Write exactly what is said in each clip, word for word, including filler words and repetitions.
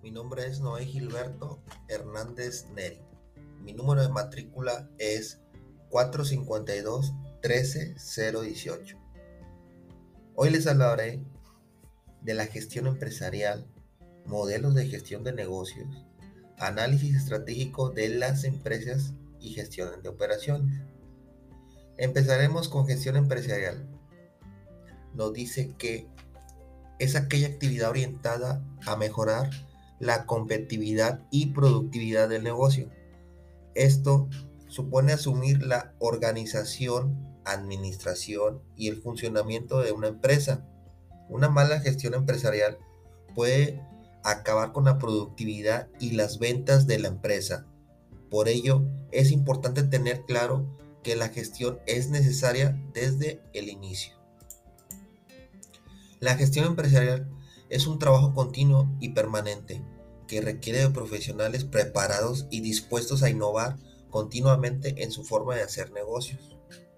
Mi nombre es Noé Gilberto Hernández Neri. Mi número de matrícula es cuatro cinco dos, uno tres cero uno ocho. Hoy les hablaré de la gestión empresarial, modelos de gestión de negocios, análisis estratégico de las empresas y gestión de operaciones. Empezaremos con gestión empresarial. Nos dice que es aquella actividad orientada a mejorar la competitividad y productividad del negocio. Esto supone asumir la organización, administración y el funcionamiento de una empresa. Una mala gestión empresarial puede acabar con la productividad y las ventas de la empresa. Por ello, es importante tener claro que la gestión es necesaria desde el inicio. La gestión empresarial es un trabajo continuo y permanente que requiere de profesionales preparados y dispuestos a innovar continuamente en su forma de hacer negocios.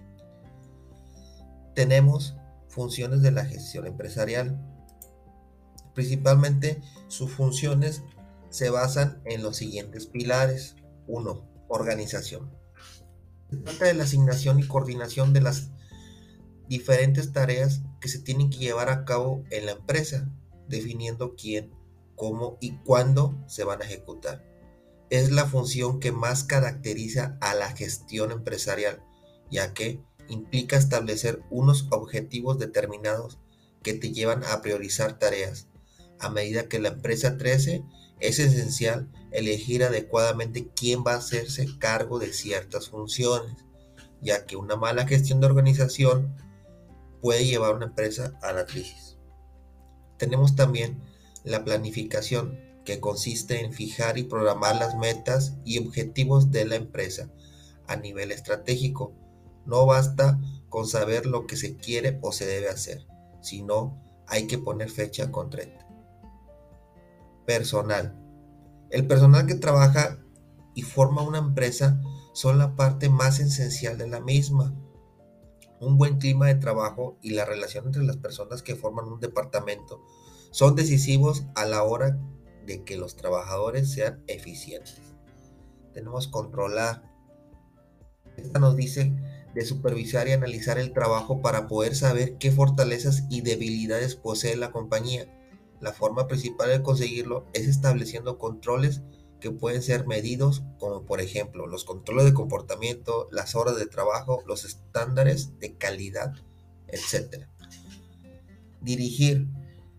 Tenemos funciones de la gestión empresarial. Principalmente sus funciones se basan en los siguientes pilares. uno. Organización. Se trata de la asignación y coordinación de las diferentes tareas que se tienen que llevar a cabo en la empresa, definiendo quién, cómo y cuándo se van a ejecutar. Es la función que más caracteriza a la gestión empresarial, ya que implica establecer unos objetivos determinados que te llevan a priorizar tareas. A medida que la empresa crece, es esencial elegir adecuadamente quién va a hacerse cargo de ciertas funciones, ya que una mala gestión de organización puede llevar a una empresa a la crisis. Tenemos también la planificación, que consiste en fijar y programar las metas y objetivos de la empresa a nivel estratégico. No basta con saber lo que se quiere o se debe hacer, sino hay que poner fecha concreta. Personal. El personal que trabaja y forma una empresa son la parte más esencial de la misma. Un buen clima de trabajo y la relación entre las personas que forman un departamento son decisivos a la hora de que los trabajadores sean eficientes. Tenemos controlar. Esta nos dice de supervisar y analizar el trabajo para poder saber qué fortalezas y debilidades posee la compañía. La forma principal de conseguirlo es estableciendo controles que pueden ser medidos, como por ejemplo los controles de comportamiento, las horas de trabajo, los estándares de calidad, etcétera. Dirigir.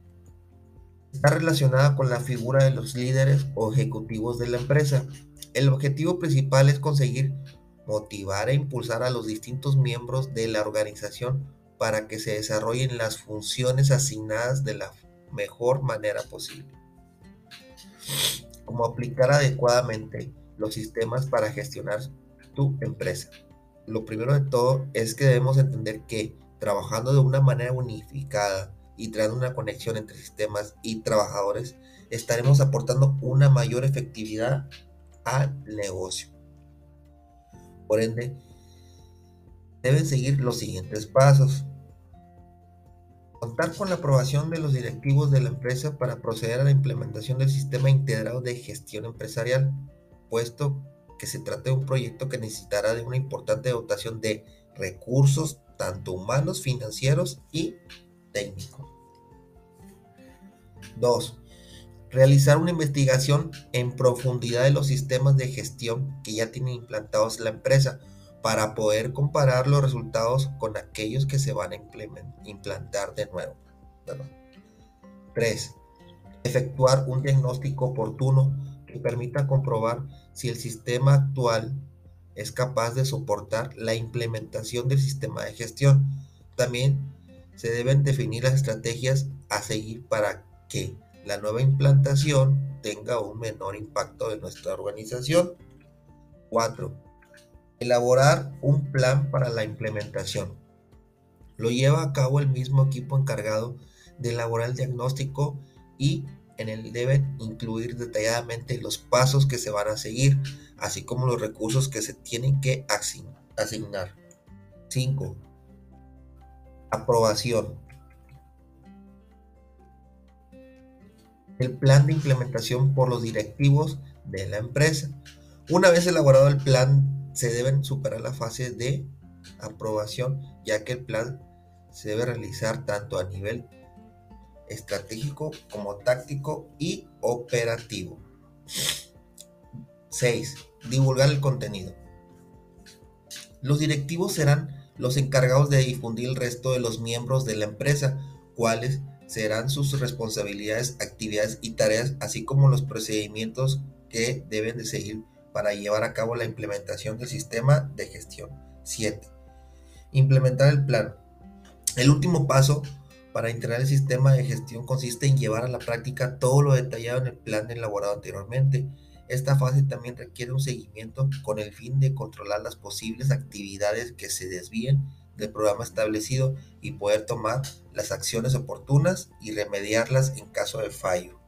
Está relacionada con la figura de los líderes o ejecutivos de la empresa. El objetivo principal es conseguir motivar e impulsar a los distintos miembros de la organización para que se desarrollen las funciones asignadas de la mejor manera posible. Cómo aplicar adecuadamente los sistemas para gestionar tu empresa. Lo primero de todo es que debemos entender que trabajando de una manera unificada y trayendo una conexión entre sistemas y trabajadores, estaremos aportando una mayor efectividad al negocio. Por ende, deben seguir los siguientes pasos. Contar con la aprobación de los directivos de la empresa para proceder a la implementación del sistema integrado de gestión empresarial, puesto que se trata de un proyecto que necesitará de una importante dotación de recursos, tanto humanos, financieros y técnicos. dos. Realizar una investigación en profundidad de los sistemas de gestión que ya tienen implantados la empresa para poder comparar los resultados con aquellos que se van a implantar de nuevo. tres. Efectuar un diagnóstico oportuno que permita comprobar si el sistema actual es capaz de soportar la implementación del sistema de gestión. También se deben definir las estrategias a seguir para que la nueva implantación tenga un menor impacto en nuestra organización. cuatro. Elaborar un plan para la implementación. Lo lleva a cabo el mismo equipo encargado de elaborar el diagnóstico y en él deben incluir detalladamente los pasos que se van a seguir, así como los recursos que se tienen que asignar. cinco. Aprobación. el plan de implementación por los directivos de la empresa. Una vez elaborado el plan, se deben superar la fase de aprobación, ya que el plan se debe realizar tanto a nivel estratégico como táctico y operativo. seis. Divulgar el contenido. Los directivos serán los encargados de difundir el resto de los miembros de la empresa, cuáles serán sus responsabilidades, actividades y tareas, así como los procedimientos que deben de seguir para llevar a cabo la implementación del sistema de gestión. siete. Implementar el plan. El último paso para integrar el sistema de gestión consiste en llevar a la práctica todo lo detallado en el plan elaborado anteriormente. Esta fase también requiere un seguimiento con el fin de controlar las posibles actividades que se desvíen del programa establecido y poder tomar las acciones oportunas y remediarlas en caso de fallo.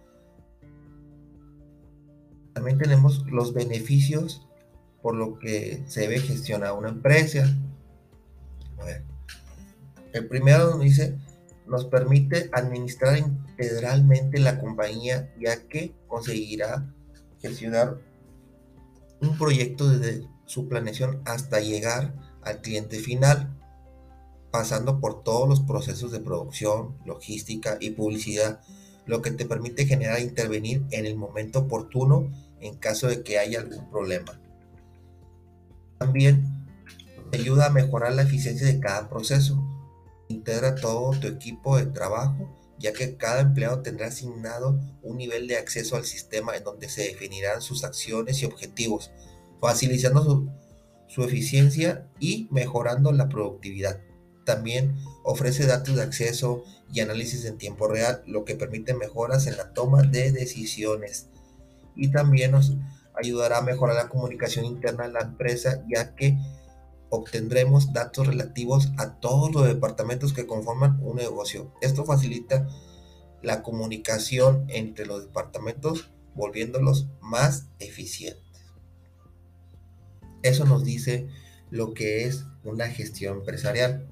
También tenemos los beneficios por lo que se debe gestionar una empresa. A ver. El primero nos dice, nos permite administrar integralmente la compañía, ya que conseguirá gestionar un proyecto desde su planeación hasta llegar al cliente final, pasando por todos los procesos de producción, logística y publicidad, lo que te permite generar e intervenir en el momento oportuno en caso de que haya algún problema. También te ayuda a mejorar la eficiencia de cada proceso. Integra todo tu equipo de trabajo, ya que cada empleado tendrá asignado un nivel de acceso al sistema en donde se definirán sus acciones y objetivos, facilitando su, su eficiencia y mejorando la productividad. También ofrece datos de acceso y análisis en tiempo real, lo que permite mejoras en la toma de decisiones. Y también nos ayudará a mejorar la comunicación interna de la empresa, ya que obtendremos datos relativos a todos los departamentos que conforman un negocio. Esto facilita la comunicación entre los departamentos, volviéndolos más eficientes. Eso nos dice lo que es una gestión empresarial.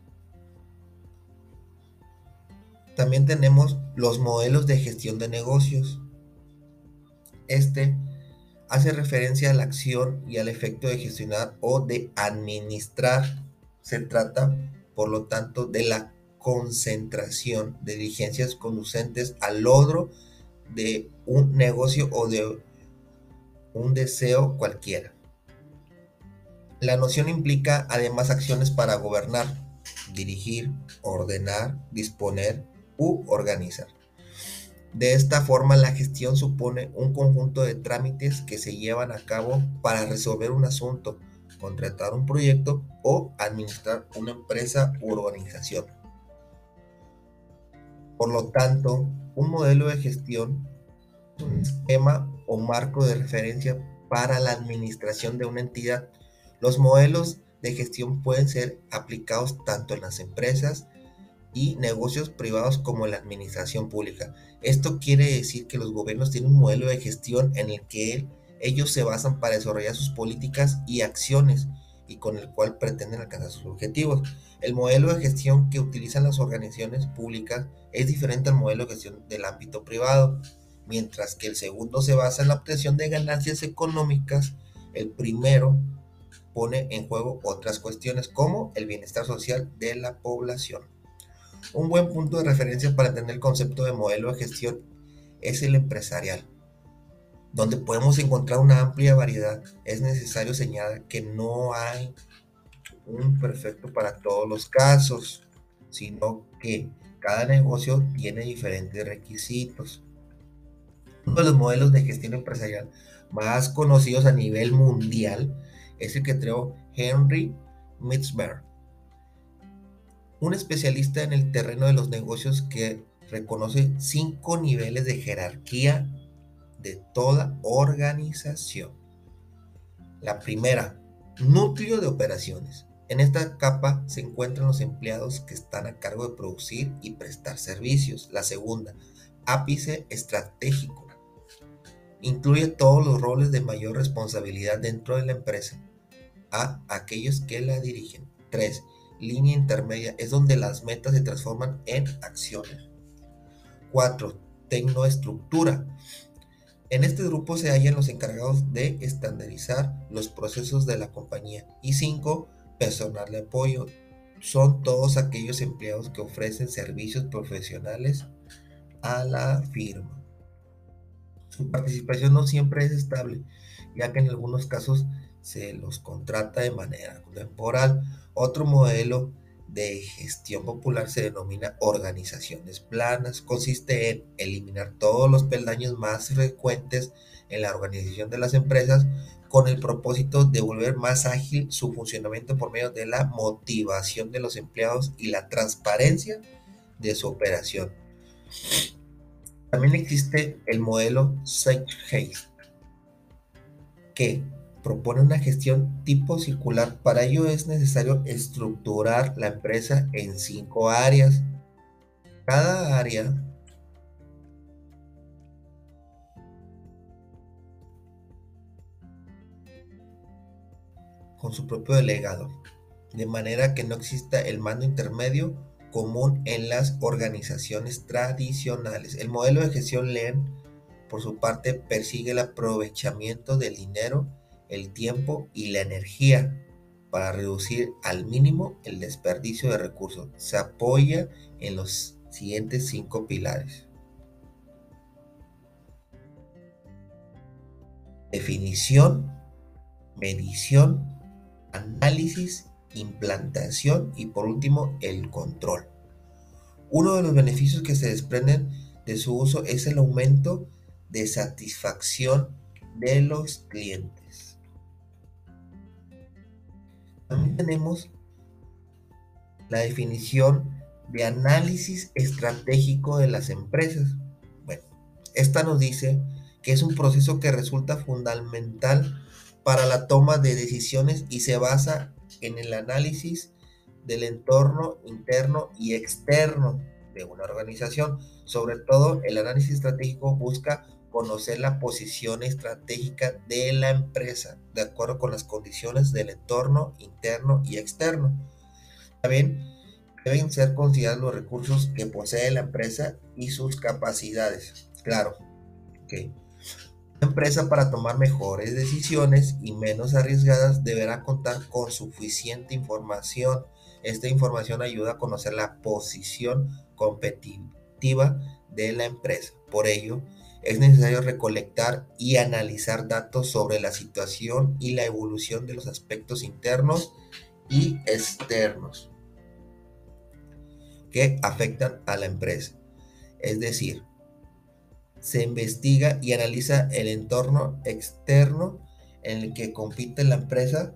También tenemos los modelos de gestión de negocios. Este hace referencia a la acción y al efecto de gestionar o de administrar. Se trata, por lo tanto, de la concentración de diligencias conducentes al logro de un negocio o de un deseo cualquiera. La noción implica además acciones para gobernar, dirigir, ordenar, disponer u organizar. De esta forma, la gestión supone un conjunto de trámites que se llevan a cabo para resolver un asunto, contratar un proyecto o administrar una empresa u organización. Por lo tanto, un modelo de gestión es un esquema o marco de referencia para la administración de una entidad. Los modelos de gestión pueden ser aplicados tanto en las empresas y negocios privados como en la administración pública. Esto quiere decir que los gobiernos tienen un modelo de gestión en el que ellos se basan para desarrollar sus políticas y acciones y con el cual pretenden alcanzar sus objetivos. El modelo de gestión que utilizan las organizaciones públicas es diferente al modelo de gestión del ámbito privado. Mientras que el segundo se basa en la obtención de ganancias económicas, el primero pone en juego otras cuestiones como el bienestar social de la población. Un buen punto de referencia para entender el concepto de modelo de gestión es el empresarial, donde podemos encontrar una amplia variedad. Es necesario señalar que no hay un perfecto para todos los casos, sino que cada negocio tiene diferentes requisitos. Uno de los modelos de gestión empresarial más conocidos a nivel mundial es el que creó Henry Mitzberg, un especialista en el terreno de los negocios que reconoce cinco niveles de jerarquía de toda organización. La primera, núcleo de operaciones. En esta capa se encuentran los empleados que están a cargo de producir y prestar servicios. La segunda, ápice estratégico. Incluye todos los roles de mayor responsabilidad dentro de la empresa, a aquellos que la dirigen. tres. Línea intermedia es donde las metas se transforman en acciones. cuatro. tecnoestructura. En este grupo se hallan los encargados de estandarizar los procesos de la compañía. Y cinco, personal de apoyo. Son todos aquellos empleados que ofrecen servicios profesionales a la firma. Su participación no siempre es estable, ya que en algunos casos se los contrata de manera temporal. Otro modelo de gestión popular se denomina organizaciones planas. Consiste en eliminar todos los peldaños más frecuentes en la organización de las empresas con el propósito de volver más ágil su funcionamiento por medio de la motivación de los empleados y la transparencia de su operación. También existe el modelo Zeitgeist, que propone una gestión tipo circular. Para ello es necesario estructurar la empresa en cinco áreas. Cada área con su propio delegado, de manera que no exista el mando intermedio común en las organizaciones tradicionales. El modelo de gestión Lean, por su parte, persigue el aprovechamiento del dinero, el tiempo y la energía para reducir al mínimo el desperdicio de recursos. Se apoya en los siguientes cinco pilares: definición, medición, análisis, implantación y por último el control. Uno de los beneficios que se desprenden de su uso es el aumento de satisfacción de los clientes. También tenemos la definición de análisis estratégico de las empresas. Bueno, esta nos dice que es un proceso que resulta fundamental para la toma de decisiones y se basa en el análisis del entorno interno y externo de una organización. Sobre todo, el análisis estratégico busca conocer la posición estratégica de la empresa de acuerdo con las condiciones del entorno interno y externo. También deben ser considerados los recursos que posee la empresa y sus capacidades. Claro, que una empresa, para tomar mejores decisiones y menos arriesgadas, deberá contar con suficiente información. Esta información ayuda a conocer la posición competitiva de la empresa. Por ello, es necesario recolectar y analizar datos sobre la situación y la evolución de los aspectos internos y externos que afectan a la empresa. Es decir, se investiga y analiza el entorno externo en el que compite la empresa.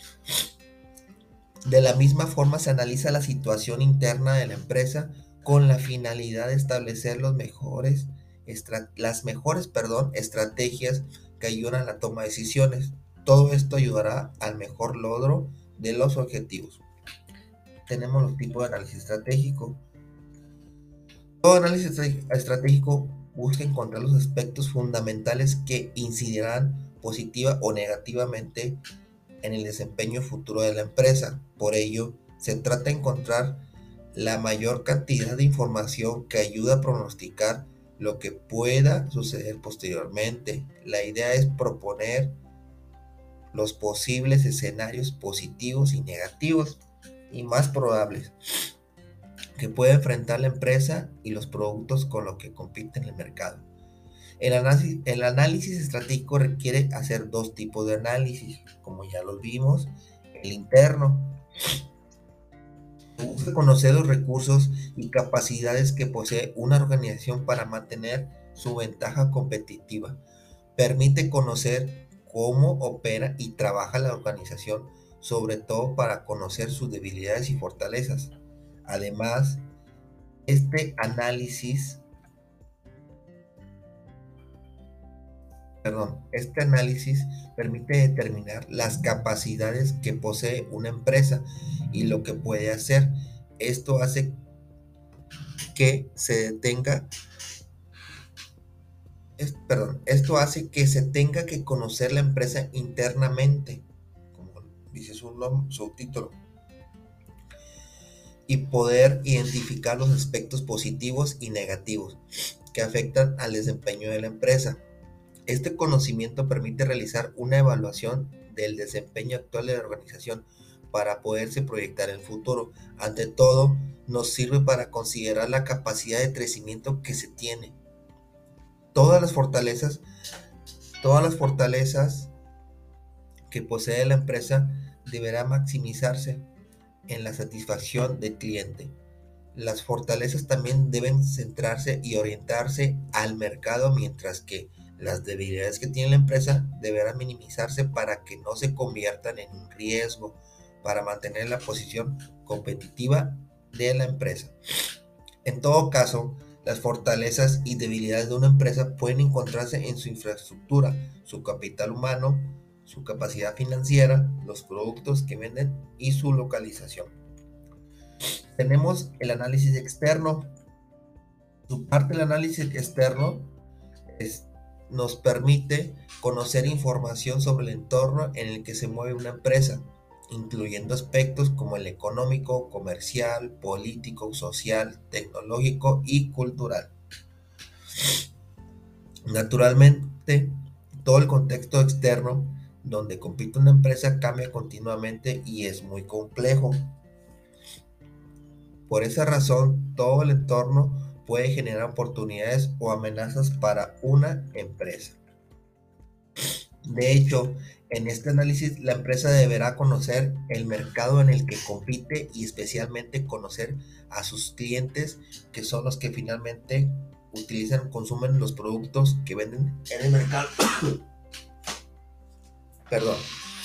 De la misma forma, se analiza la situación interna de la empresa con la finalidad de establecer los mejores, las mejores perdón, estrategias que ayudan a la toma de decisiones. Todo esto ayudará al mejor logro de los objetivos. Tenemos los tipos de análisis estratégico. Todo análisis estratégico busca encontrar los aspectos fundamentales que incidirán positiva o negativamente en el desempeño futuro de la empresa. Por ello, se trata de encontrar la mayor cantidad de información que ayuda a pronosticar lo que pueda suceder posteriormente. La idea es proponer los posibles escenarios positivos y negativos y más probables que puede enfrentar la empresa y los productos con los que compite en el mercado. El análisis, el análisis estratégico requiere hacer dos tipos de análisis, como ya lo vimos. El interno busca conocer los recursos y capacidades que posee una organización para mantener su ventaja competitiva. Permite conocer cómo opera y trabaja la organización, sobre todo para conocer sus debilidades y fortalezas. Además, este análisis, perdón, este análisis permite determinar las capacidades que posee una empresa y lo que puede hacer. Esto hace que se detenga, es, perdón, esto hace que se tenga que conocer la empresa internamente, como dice su nombre, su título, y poder identificar los aspectos positivos y negativos. que afectan al desempeño de la empresa. Este conocimiento permite realizar una evaluación del desempeño actual de la organización para poderse proyectar en el futuro. Ante todo, nos sirve para considerar la capacidad de crecimiento que se tiene. Todas las fortalezas, todas las fortalezas que posee la empresa deberá maximizarse en la satisfacción del cliente. Las fortalezas también deben centrarse y orientarse al mercado, mientras que las debilidades que tiene la empresa deberán minimizarse para que no se conviertan en un riesgo para mantener la posición competitiva de la empresa. En todo caso, las fortalezas y debilidades de una empresa pueden encontrarse en su infraestructura, su capital humano, su capacidad financiera, los productos que venden y su localización. Tenemos el análisis externo. Su parte del análisis externo es, nos permite conocer información sobre el entorno en el que se mueve una empresa, incluyendo aspectos como el económico, comercial, político, social, tecnológico y cultural. Naturalmente, todo el contexto externo donde compite una empresa cambia continuamente y es muy complejo. Por esa razón, todo el entorno puede generar oportunidades o amenazas para una empresa. De hecho, en este análisis, la empresa deberá conocer el mercado en el que compite y especialmente conocer a sus clientes, que son los que finalmente utilizan, consumen los productos que venden en el mercado. Perdón.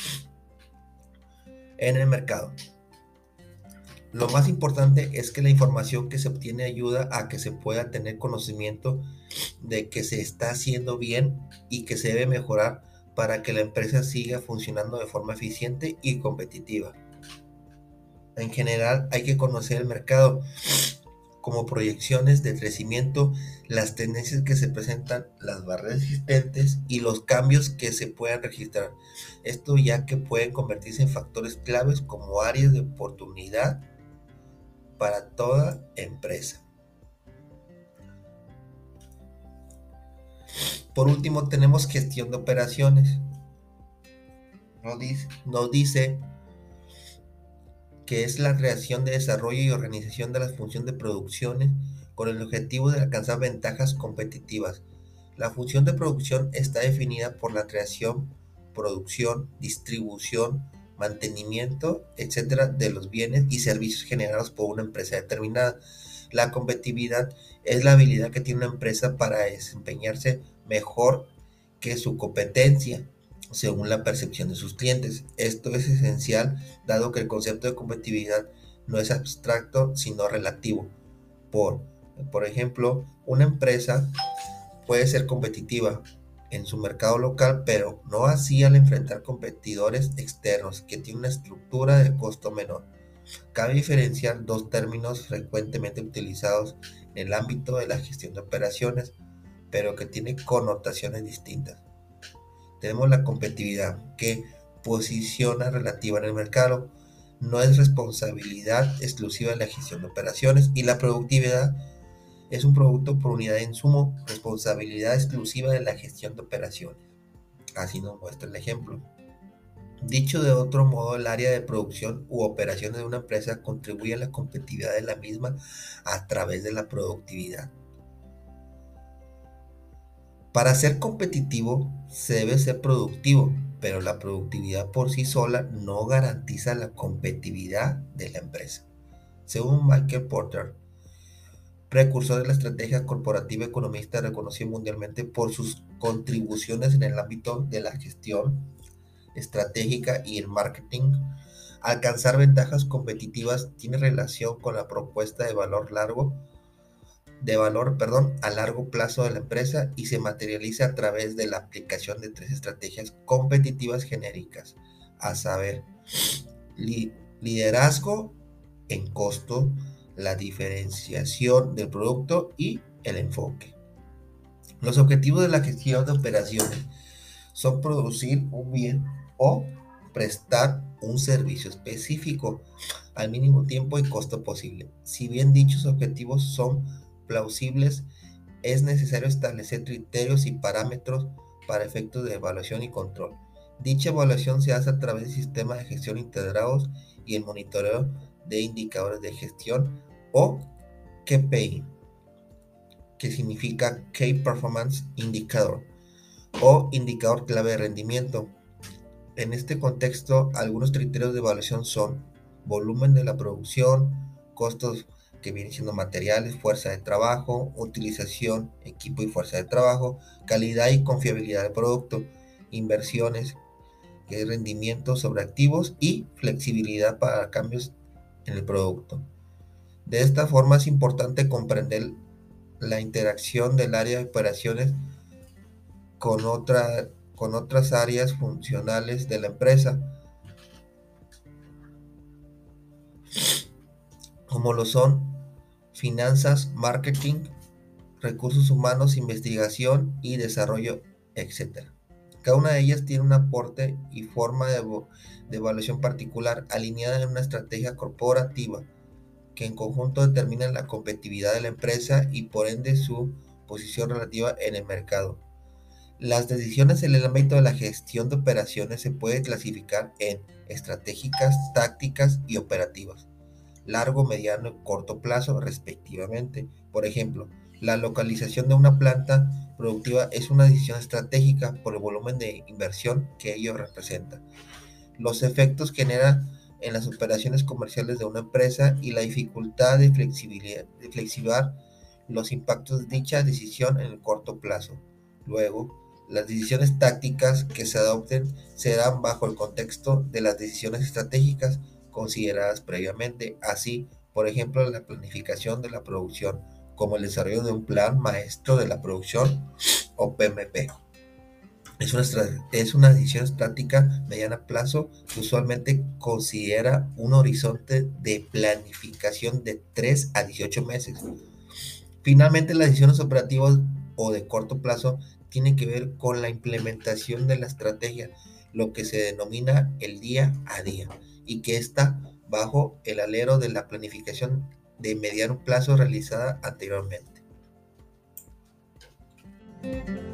En el mercado. Lo más importante es que la información que se obtiene ayuda a que se pueda tener conocimiento de que se está haciendo bien y que se debe mejorar para que la empresa siga funcionando de forma eficiente y competitiva. En general, hay que conocer el mercado, como proyecciones de crecimiento, las tendencias que se presentan, las barreras existentes y los cambios que se puedan registrar. Esto ya que pueden convertirse en factores claves como áreas de oportunidad para toda empresa. Por último, tenemos gestión de operaciones. Nos dice, nos dice que es la creación de desarrollo y organización de las funciones de producciones con el objetivo de alcanzar ventajas competitivas. La función de producción está definida por la creación, producción, distribución, mantenimiento, etcétera, de los bienes y servicios generados por una empresa determinada. La competitividad es la habilidad que tiene una empresa para desempeñarse mejor que su competencia, según la percepción de sus clientes. Esto es esencial, dado que el concepto de competitividad no es abstracto, sino relativo. Por, por ejemplo, una empresa puede ser competitiva en su mercado local, pero no así al enfrentar competidores externos que tienen una estructura de costo menor. Cabe diferenciar dos términos frecuentemente utilizados en el ámbito de la gestión de operaciones, pero que tienen connotaciones distintas. Tenemos la competitividad, que posiciona relativa en el mercado, no es responsabilidad exclusiva de la gestión de operaciones, y la productividad es un producto por unidad de insumo, responsabilidad exclusiva de la gestión de operaciones. Así nos muestra el ejemplo. Dicho de otro modo, el área de producción u operaciones de una empresa contribuye a la competitividad de la misma a través de la productividad. Para ser competitivo se debe ser productivo, pero la productividad por sí sola no garantiza la competitividad de la empresa. Según Michael Porter, precursor de la estrategia corporativa, economista reconocido mundialmente por sus contribuciones en el ámbito de la gestión estratégica y el marketing, alcanzar ventajas competitivas tiene relación con la propuesta de valor largo de valor, perdón, a largo plazo de la empresa y se materializa a través de la aplicación de tres estrategias competitivas genéricas, a saber, li- liderazgo en costo, la diferenciación del producto y el enfoque. Los objetivos de la gestión de operaciones son producir un bien o prestar un servicio específico al mínimo tiempo y costo posible. Si bien dichos objetivos son plausibles es necesario establecer criterios y parámetros para efectos de evaluación y control. Dicha evaluación se hace a través del sistema de gestión integrados y el monitoreo de indicadores de gestión o K P I, que significa Key Performance Indicator o indicador clave de rendimiento. En este contexto, algunos criterios de evaluación son volumen de la producción, costos que vienen siendo materiales, fuerza de trabajo, utilización, equipo y fuerza de trabajo, calidad y confiabilidad del producto, inversiones, que es rendimiento sobre activos y flexibilidad para cambios en el producto. De esta forma es importante comprender la interacción del área de operaciones con, otra, con otras áreas funcionales de la empresa, como lo son finanzas, marketing, recursos humanos, investigación y desarrollo, etcétera. Cada una de ellas tiene un aporte y forma de, de evaluación particular alineada en una estrategia corporativa que en conjunto determinan la competitividad de la empresa y por ende su posición relativa en el mercado. Las decisiones en el ámbito de la gestión de operaciones se pueden clasificar en estratégicas, tácticas y operativas, largo, mediano y corto plazo respectivamente. Por ejemplo, la localización de una planta productiva es una decisión estratégica por el volumen de inversión que ello representa, los efectos que genera en las operaciones comerciales de una empresa y la dificultad de, flexibilidad, de flexibilizar los impactos de dicha decisión en el corto plazo. Luego, las decisiones tácticas que se adopten serán bajo el contexto de las decisiones estratégicas consideradas previamente, así, por ejemplo, la planificación de la producción, como el desarrollo de un plan maestro de la producción o P M P. Es una, es una decisión estática mediana plazo que usualmente considera un horizonte de planificación de tres a dieciocho meses. Finalmente, las decisiones operativas o de corto plazo tienen que ver con la implementación de la estrategia, lo que se denomina el día a día, y que está bajo el alero de la planificación de mediano plazo realizada anteriormente.